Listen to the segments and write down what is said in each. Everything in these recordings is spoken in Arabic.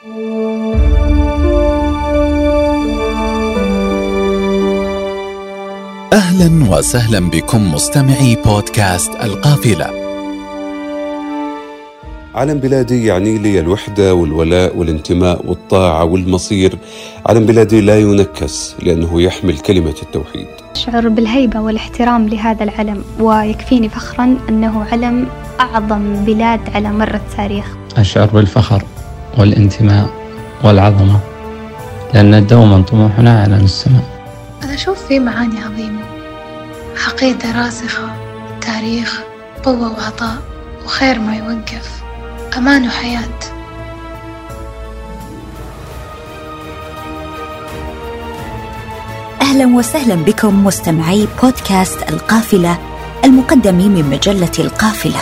أهلا وسهلا بكم مستمعي بودكاست القافلة. علم بلادي يعني لي الوحدة والولاء والانتماء والطاعة والمصير. علم بلادي لا ينكس لأنه يحمل كلمة التوحيد. أشعر بالهيبة والاحترام لهذا العلم، ويكفيني فخرا أنه علم أعظم بلاد على مر التاريخ. أشعر بالفخر والانتماء والعظمة لأن دوما طموحنا على السماء. أنا أشوف فيه معاني عظيمة، عقيدة راسخة، تاريخ، قوة وعطاء، وخير ما يوقف، أمان وحياة. أهلا وسهلا بكم مستمعي بودكاست القافلة المقدم من مجلة القافلة.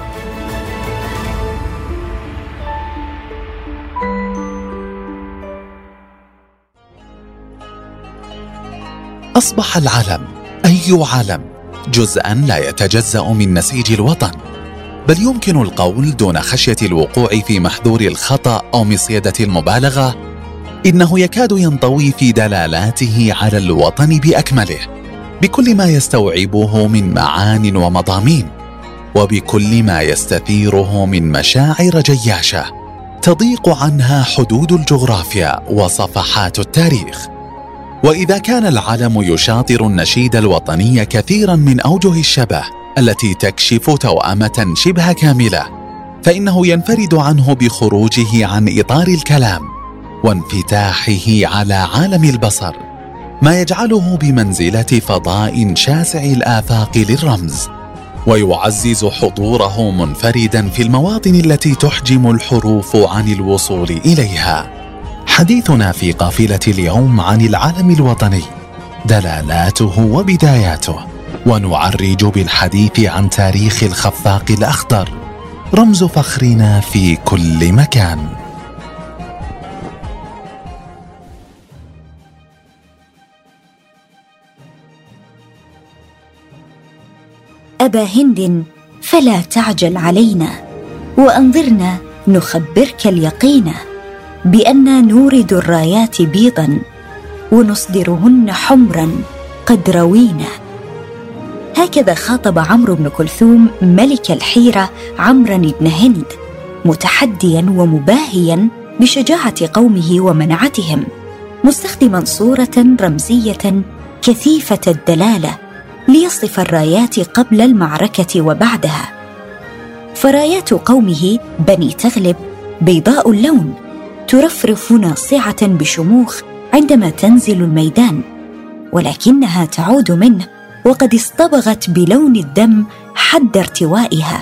أصبح العلم، أي علم، جزءاً لا يتجزأ من نسيج الوطن، بل يمكن القول دون خشية الوقوع في محذور الخطأ أو مصيدة المبالغة إنه يكاد ينطوي في دلالاته على الوطن بأكمله، بكل ما يستوعبه من معان ومضامين، وبكل ما يستثيره من مشاعر جياشة تضيق عنها حدود الجغرافيا وصفحات التاريخ. وإذا كان العلم يشاطر النشيد الوطني كثيرا من أوجه الشبه التي تكشف توأمة شبه كاملة، فإنه ينفرد عنه بخروجه عن إطار الكلام وانفتاحه على عالم البصر، ما يجعله بمنزلة فضاء شاسع الآفاق للرمز، ويعزز حضوره منفردا في المواطن التي تحجم الحروف عن الوصول إليها. حديثنا في قافلة اليوم عن العلم الوطني، دلالاته وبداياته، ونعرج بالحديث عن تاريخ الخفاق الأخضر، رمز فخرنا في كل مكان. أبا هند فلا تعجل علينا، وأنظرنا نخبرك اليقين، بأننا نورد الرايات بيضا ونصدرهن حمرا قد روينا. هكذا خاطب عمرو بن كلثوم ملك الحيرة عمرا بن هند، متحديا ومباهيا بشجاعة قومه ومنعتهم، مستخدما صورة رمزية كثيفة الدلالة ليصف الرايات قبل المعركة وبعدها. فرايات قومه بني تغلب بيضاء اللون، ترفرف ناصعة بشموخ عندما تنزل الميدان، ولكنها تعود منه وقد اصطبغت بلون الدم حد ارتوائها.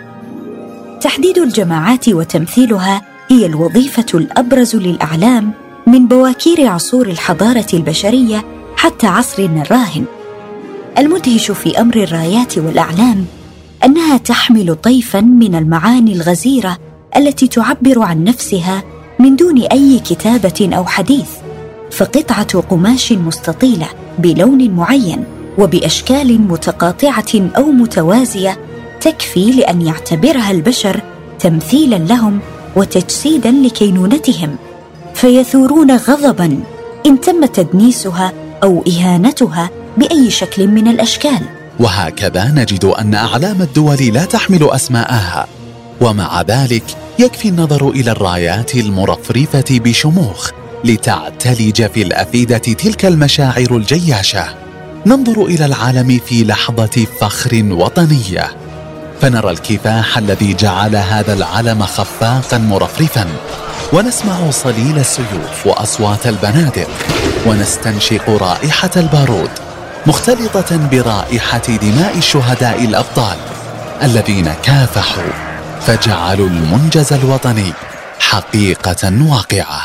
تحديد الجماعات وتمثيلها هي الوظيفة الأبرز للأعلام من بواكير عصور الحضارة البشرية حتى عصرنا الراهن. المدهش في أمر الرايات والأعلام أنها تحمل طيفاً من المعاني الغزيرة التي تعبر عن نفسها من دون أي كتابة أو حديث، فقطعة قماش مستطيلة بلون معين وبأشكال متقاطعة أو متوازية تكفي لأن يعتبرها البشر تمثيلاً لهم وتجسيداً لكينونتهم، فيثورون غضباً إن تم تدنيسها أو إهانتها بأي شكل من الأشكال. وهكذا نجد أن أعلام الدول لا تحمل أسماءها، ومع ذلك يكفي النظر إلى الرايات المرفرفة بشموخ لتعتلج في الأفئدة تلك المشاعر الجياشة. ننظر إلى العالم في لحظة فخر وطنية، فنرى الكفاح الذي جعل هذا العلم خفاقا مرفرفا، ونسمع صليل السيوف وأصوات البنادق، ونستنشق رائحة البارود مختلطة برائحة دماء الشهداء الأبطال الذين كافحوا فجعلوا المنجز الوطني حقيقة واقعة.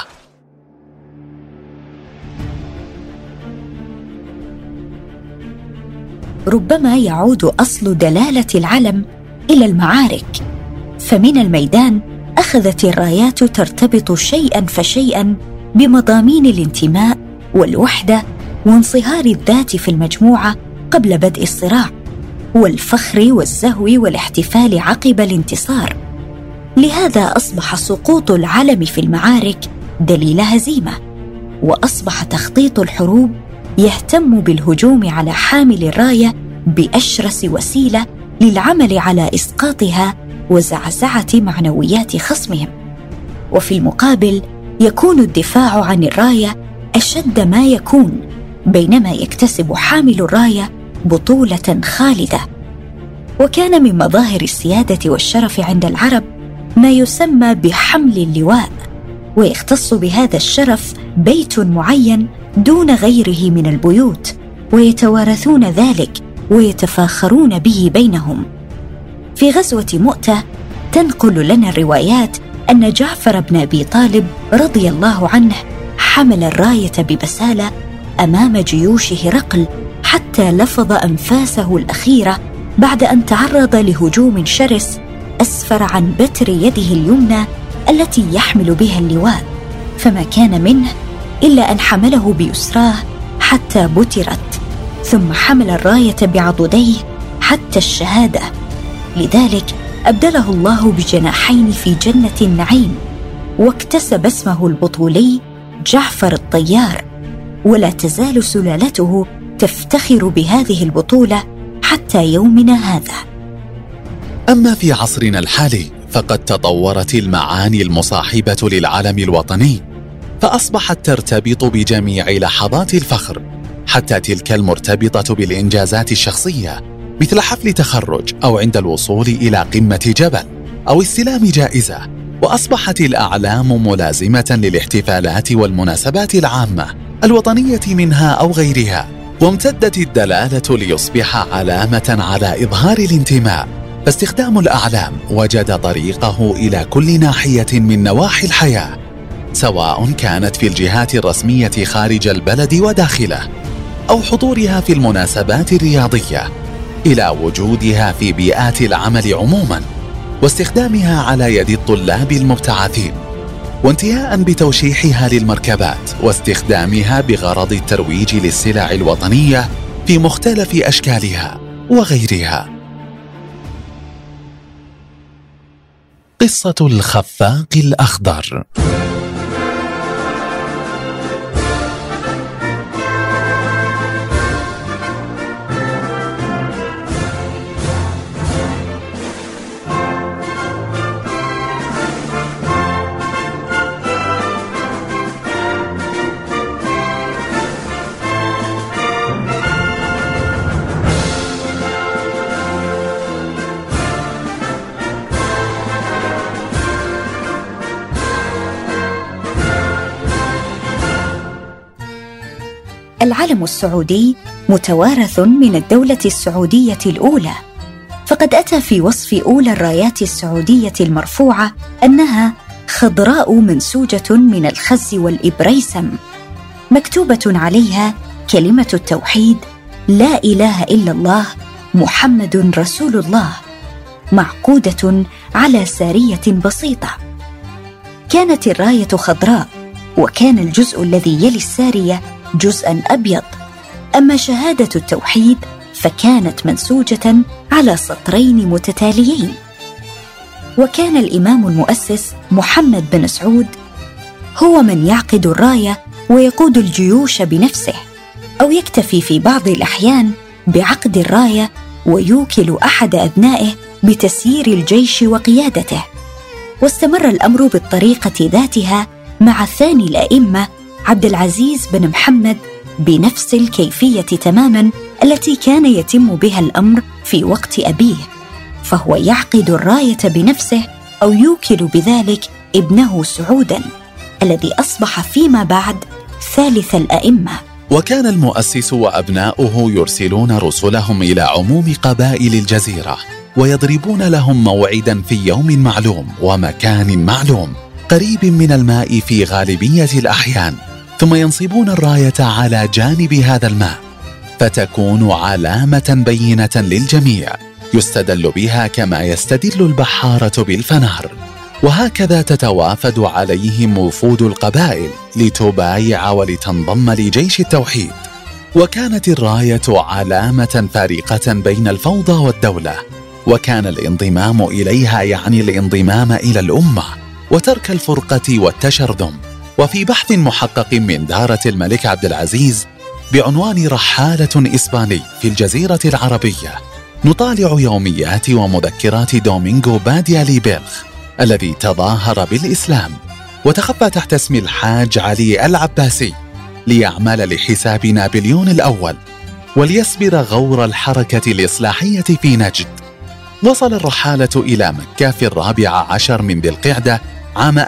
ربما يعود أصل دلالة العلم إلى المعارك، فمن الميدان أخذت الرايات ترتبط شيئاً فشيئاً بمضامين الانتماء والوحدة وانصهار الذات في المجموعة قبل بدء الصراع، والفخر والزهو والاحتفال عقب الانتصار. لهذا أصبح سقوط العلم في المعارك دليل هزيمة، وأصبح تخطيط الحروب يهتم بالهجوم على حامل الراية بأشرس وسيلة للعمل على إسقاطها وزعزعة معنويات خصمهم. وفي المقابل يكون الدفاع عن الراية أشد ما يكون، بينما يكتسب حامل الراية بطولة خالدة. وكان من مظاهر السيادة والشرف عند العرب ما يسمى بحمل اللواء، ويختص بهذا الشرف بيت معين دون غيره من البيوت، ويتوارثون ذلك ويتفاخرون به بينهم. في غزوة مؤتة تنقل لنا الروايات أن جعفر بن أبي طالب رضي الله عنه حمل الراية ببسالة أمام جيوش هرقل حتى لفظ أنفاسه الأخيرة بعد أن تعرض لهجوم شرس أسفر عن بتر يده اليمنى التي يحمل بها اللواء، فما كان منه إلا أن حمله بيسراه حتى بترت، ثم حمل الراية بعضديه حتى الشهادة. لذلك أبدله الله بجناحين في جنة النعيم، واكتسب اسمه البطولي جعفر الطيار، ولا تزال سلالته تفتخر بهذه البطولة حتى يومنا هذا. أما في عصرنا الحالي فقد تطورت المعاني المصاحبة للعلم الوطني، فأصبحت ترتبط بجميع لحظات الفخر، حتى تلك المرتبطة بالإنجازات الشخصية مثل حفل تخرج أو عند الوصول إلى قمة جبل أو استلام جائزة. وأصبحت الأعلام ملازمة للاحتفالات والمناسبات العامة الوطنية منها أو غيرها، وامتدت الدلالة ليصبح علامة على إظهار الانتماء. فاستخدام الأعلام وجد طريقه إلى كل ناحية من نواحي الحياة، سواء كانت في الجهات الرسمية خارج البلد وداخله، أو حضورها في المناسبات الرياضية، إلى وجودها في بيئات العمل عموماً، واستخدامها على يد الطلاب المبتعثين، وانتهاء بتوشيحها للمركبات واستخدامها بغرض الترويج للسلع الوطنية في مختلف أشكالها وغيرها. قصة الخفاق الأخضر. العلم السعودي متوارث من الدولة السعودية الأولى، فقد أتى في وصف أولى الرايات السعودية المرفوعة أنها خضراء منسوجة من الخز والإبريسم، مكتوبة عليها كلمة التوحيد لا إله إلا الله محمد رسول الله، معقودة على سارية بسيطة. كانت الراية خضراء، وكان الجزء الذي يلي السارية جزءاً أبيض. أما شهادة التوحيد فكانت منسوجة على سطرين متتاليين. وكان الإمام المؤسس محمد بن سعود هو من يعقد الراية ويقود الجيوش بنفسه، أو يكتفي في بعض الأحيان بعقد الراية ويوكل أحد أبنائه بتسيير الجيش وقيادته. واستمر الأمر بالطريقة ذاتها مع ثاني الأئمة عبد العزيز بن محمد بنفس الكيفية تماماً التي كان يتم بها الأمر في وقت أبيه، فهو يعقد الراية بنفسه أو يوكل بذلك ابنه سعوداً الذي أصبح فيما بعد ثالث الأئمة. وكان المؤسس وأبناؤه يرسلون رسلهم إلى عموم قبائل الجزيرة، ويضربون لهم موعداً في يوم معلوم ومكان معلوم قريب من الماء في غالبية الأحيان، ثم ينصبون الراية على جانب هذا الماء، فتكون علامة بينة للجميع يستدل بها كما يستدل البحارة بالفنار. وهكذا تتوافد عليهم وفود القبائل لتبايع ولتنضم لجيش التوحيد. وكانت الراية علامة فارقة بين الفوضى والدولة، وكان الانضمام إليها يعني الانضمام إلى الأمة وترك الفرقة والتشرذم. وفي بحث محقق من دارة الملك عبد العزيز بعنوان رحالة إسباني في الجزيرة العربية، نطالع يوميات ومذكرات دومينغو باديا ليبيلخ الذي تظاهر بالإسلام وتخفى تحت اسم الحاج علي العباسي ليعمل لحساب نابليون الأول وليسبر غور الحركة الإصلاحية في نجد. وصل الرحالة إلى مكة في 14 من ذي القعدة عام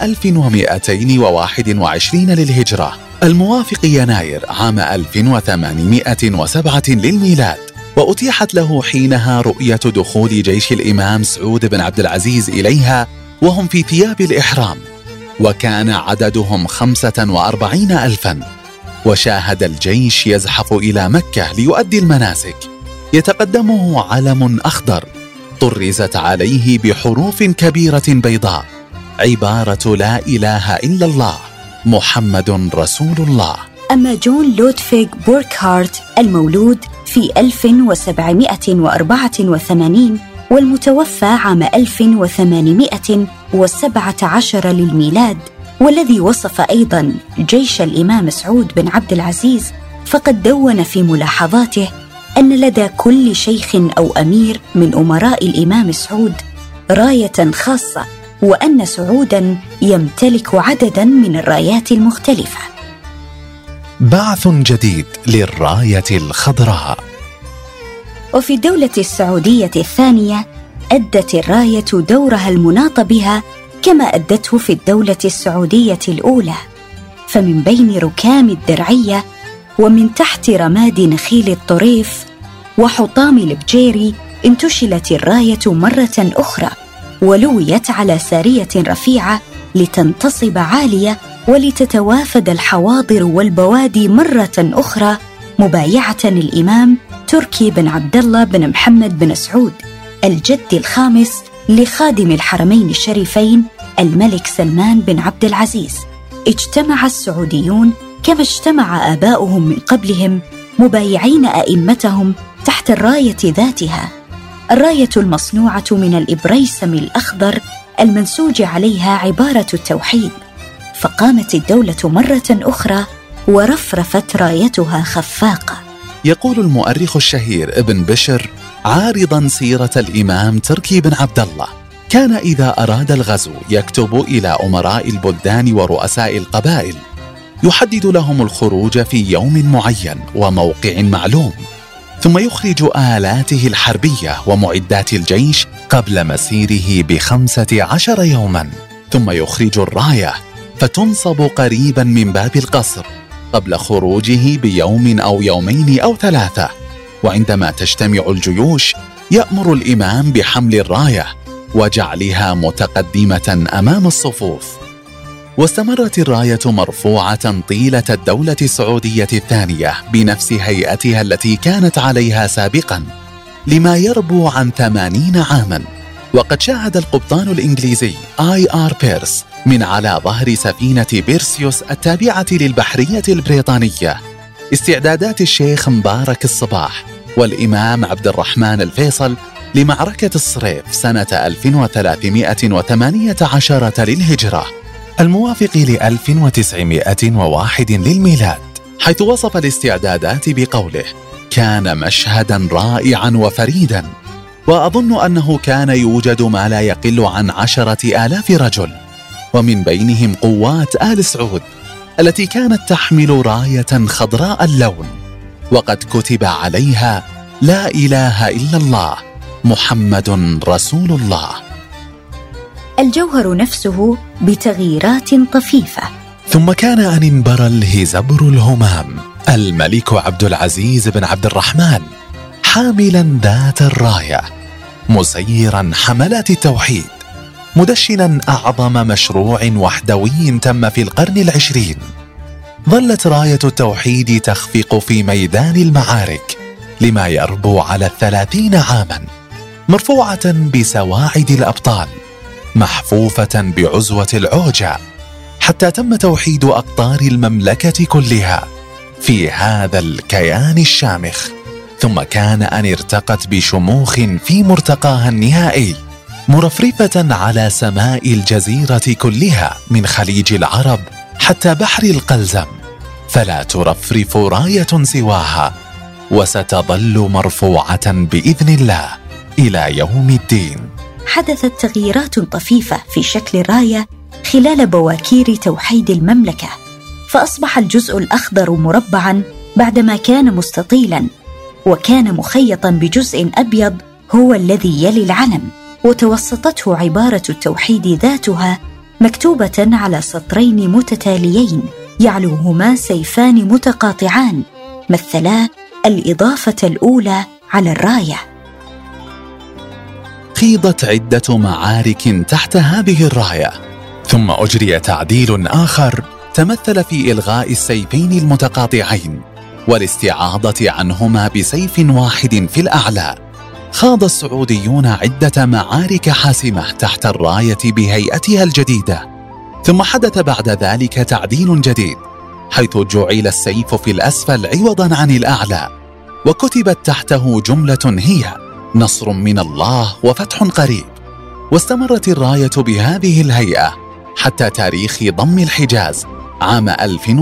1221 للهجرة، الموافق يناير عام 1807 للميلاد. وأتيحت له حينها رؤية دخول جيش الإمام سعود بن عبد العزيز إليها وهم في ثياب الإحرام، وكان عددهم 45,000. وشاهد الجيش يزحف إلى مكة ليؤدي المناسك، يتقدمه علم أخضر طرزت عليه بحروف كبيرة بيضاء عبارة لا إله إلا الله محمد رسول الله. أما جون لودفيغ بوركهارت المولود في 1784 والمتوفى عام 1817 للميلاد، والذي وصف أيضاً جيش الإمام سعود بن عبد العزيز، فقد دون في ملاحظاته أن لدى كل شيخ أو أمير من أمراء الإمام سعود راية خاصة، وأن سعوداً يمتلك عدداً من الرايات المختلفة. بعث جديد للراية الخضراء. وفي الدولة السعودية الثانية أدت الراية دورها المناط بها كما أدته في الدولة السعودية الأولى، فمن بين ركام الدرعية ومن تحت رماد نخيل الطريف وحطام البجيري انتشلت الراية مرة أخرى ولويت على سارية رفيعة لتنتصب عالية ولتتوافد الحواضر والبوادي مرة أخرى مبايعة الإمام تركي بن عبد الله بن محمد بن سعود الجد الخامس لخادم الحرمين الشريفين الملك سلمان بن عبد العزيز. اجتمع السعوديون كما اجتمع آباؤهم من قبلهم مبايعين أئمتهم تحت الراية ذاتها، الراية المصنوعة من الإبريسم الأخضر المنسوج عليها عبارة التوحيد. فقامت الدولة مرة أخرى ورفرفت رايتها خفاقة. يقول المؤرخ الشهير ابن بشر عارضاً سيرة الإمام تركي بن عبد الله: كان إذا أراد الغزو يكتب إلى أمراء البلدان ورؤساء القبائل، يحدد لهم الخروج في يوم معين وموقع معلوم، ثم يخرج آلاته الحربية ومعدات الجيش قبل مسيره ب15 يوماً، ثم يخرج الراية فتنصب قريباً من باب القصر قبل خروجه بيوم أو يومين أو 3، وعندما تجتمع الجيوش يأمر الإمام بحمل الراية وجعلها متقدمة أمام الصفوف. واستمرت الراية مرفوعة طيلة الدولة السعودية الثانية بنفس هيئتها التي كانت عليها سابقاً لما يربو عن 80 عاماً. وقد شاهد القبطان الإنجليزي I.R. بيرس من على ظهر سفينة بيرسيوس التابعة للبحرية البريطانية استعدادات الشيخ مبارك الصباح والإمام عبد الرحمن الفيصل لمعركة الصريف سنة 1318 للهجرة الموافق ل 1901 للميلاد، حيث وصف الاستعدادات بقوله: كان مشهدا رائعا وفريدا، وأظن أنه كان يوجد ما لا يقل عن 10,000 رجل، ومن بينهم قوات آل سعود التي كانت تحمل راية خضراء اللون وقد كتب عليها لا إله إلا الله محمد رسول الله. الجوهر نفسه بتغييرات طفيفة. ثم كان أن انبرى الهزبر الهمام الملك عبد العزيز بن عبد الرحمن حاملا ذات الراية مسيرا حملات التوحيد، مدشنا أعظم مشروع وحدوي تم في القرن 20. ظلت راية التوحيد تخفق في ميدان المعارك لما يربو على 30 عاما، مرفوعة بسواعد الأبطال، محفوفة بعزوة العوجة، حتى تم توحيد أقطار المملكة كلها في هذا الكيان الشامخ ثم كان أن ارتقت بشموخ في مرتقاها النهائي، مرفرفة على سماء الجزيرة كلها من خليج العرب حتى بحر القلزم، فلا ترفرف راية سواها، وستظل مرفوعة بإذن الله إلى يوم الدين. حدثت تغييرات طفيفة في شكل الراية خلال بواكير توحيد المملكة، فأصبح الجزء الأخضر مربعاً بعدما كان مستطيلاً، وكان مخيطاً بجزء أبيض هو الذي يلي العلم، وتوسطته عبارة التوحيد ذاتها مكتوبة على سطرين متتاليين يعلوهما سيفان متقاطعان مثلا الإضافة الأولى على الراية. خيضت عدة معارك تحت هذه الراية، ثم أجري تعديل آخر تمثل في إلغاء السيفين المتقاطعين والاستعاضة عنهما بسيف واحد في الأعلى. خاض السعوديون عدة معارك حاسمة تحت الراية بهيئتها الجديدة، ثم حدث بعد ذلك تعديل جديد حيث جعل السيف في الأسفل عوضاً عن الأعلى، وكتبت تحته جملة هي نصر من الله وفتح قريب. واستمرت الراية بهذه الهيئة حتى تاريخ ضم الحجاز عام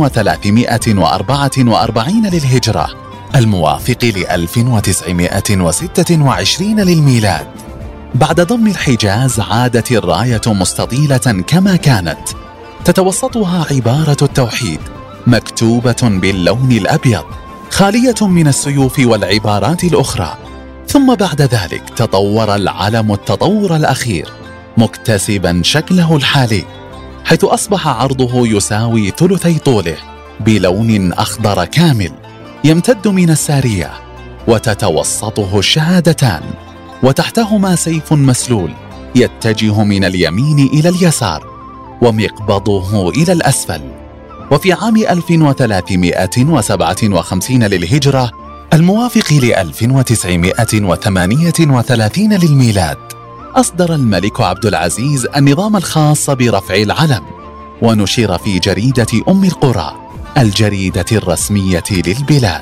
1344 للهجرة، الموافق ل 1926 للميلاد. بعد ضم الحجاز عادت الراية مستطيلة كما كانت، تتوسطها عبارة التوحيد مكتوبة باللون الأبيض خالية من السيوف والعبارات الأخرى. ثم بعد ذلك تطور العلم التطور الأخير مكتسبا شكله الحالي، حيث أصبح عرضه يساوي ثلثي طوله بلون أخضر كامل يمتد من السارية، وتتوسطه الشهادتان، وتحتهما سيف مسلول يتجه من اليمين إلى اليسار ومقبضه إلى الأسفل. وفي عام 1357 للهجرة، الموافق ل 1938 للميلاد، أصدر الملك عبد العزيز النظام الخاص برفع العلم، ونشر في جريدة أم القرى، الجريدة الرسمية للبلاد.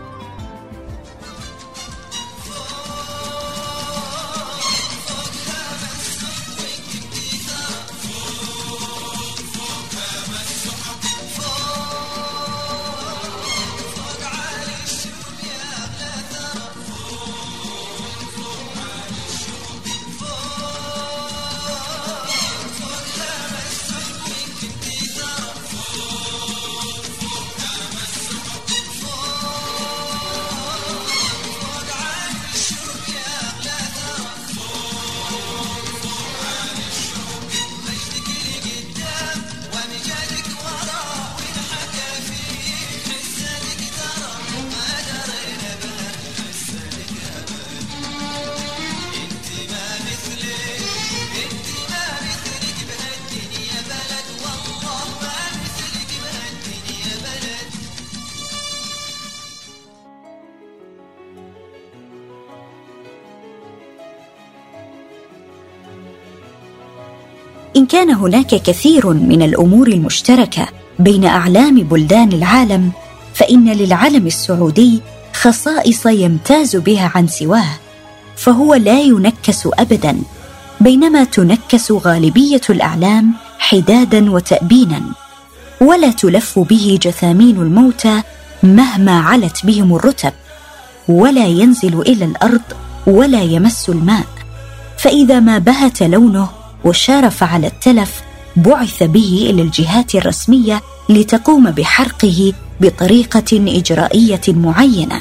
إن كان هناك كثير من الأمور المشتركة بين أعلام بلدان العالم، فإن للعلم السعودي خصائص يمتاز بها عن سواه، فهو لا ينكس أبداً، بينما تنكس غالبية الأعلام حداداً وتأبيناً، ولا تلف به جثامين الموتى مهما علت بهم الرتب، ولا ينزل إلى الأرض ولا يمس الماء، فإذا ما بهت لونه وشارف على التلف بعث به إلى الجهات الرسمية لتقوم بحرقه بطريقة إجرائية معينة.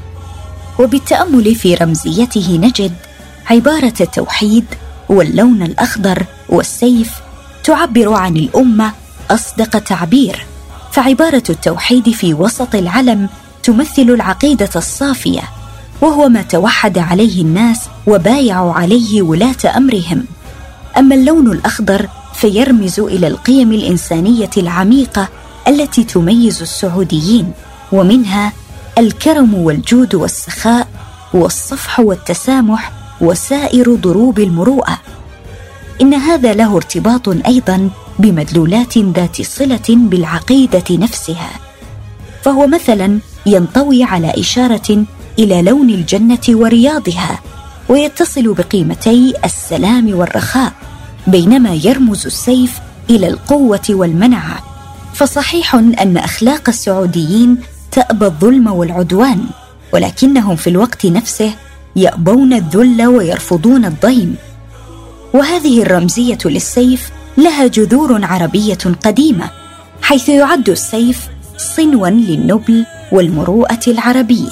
وبالتأمل في رمزيته نجد عبارة التوحيد واللون الأخضر والسيف تعبر عن الأمة أصدق تعبير، فعبارة التوحيد في وسط العلم تمثل العقيدة الصافية، وهو ما توحد عليه الناس وبايعوا عليه ولاة أمرهم. أما اللون الأخضر فيرمز إلى القيم الإنسانية العميقة التي تميز السعوديين، ومنها الكرم والجود والسخاء والصفح والتسامح وسائر ضروب المروءة. إن هذا له ارتباط أيضاً بمدلولات ذات صلة بالعقيدة نفسها، فهو مثلاً ينطوي على إشارة إلى لون الجنة ورياضها، ويتصل بقيمتي السلام والرخاء، بينما يرمز السيف إلى القوة والمنعة. فصحيح أن أخلاق السعوديين تأبى الظلم والعدوان، ولكنهم في الوقت نفسه يأبون الذل ويرفضون الضيم. وهذه الرمزية للسيف لها جذور عربية قديمة، حيث يعد السيف صنواً للنبل والمروءة العربية.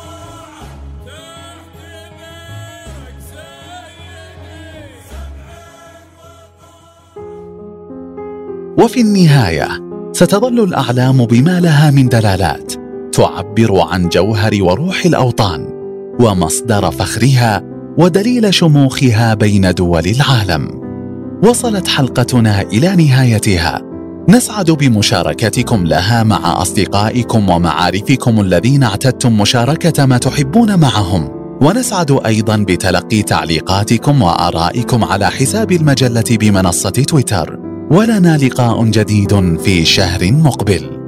وفي النهاية ستظل الأعلام بما لها من دلالات تعبر عن جوهر وروح الأوطان ومصدر فخرها ودليل شموخها بين دول العالم. وصلت حلقتنا إلى نهايتها، نسعد بمشاركتكم لها مع أصدقائكم ومعارفكم الذين اعتدتم مشاركة ما تحبون معهم، ونسعد أيضا بتلقي تعليقاتكم وآرائكم على حساب المجلة بمنصة تويتر. ولنا لقاء جديد في شهر مقبل.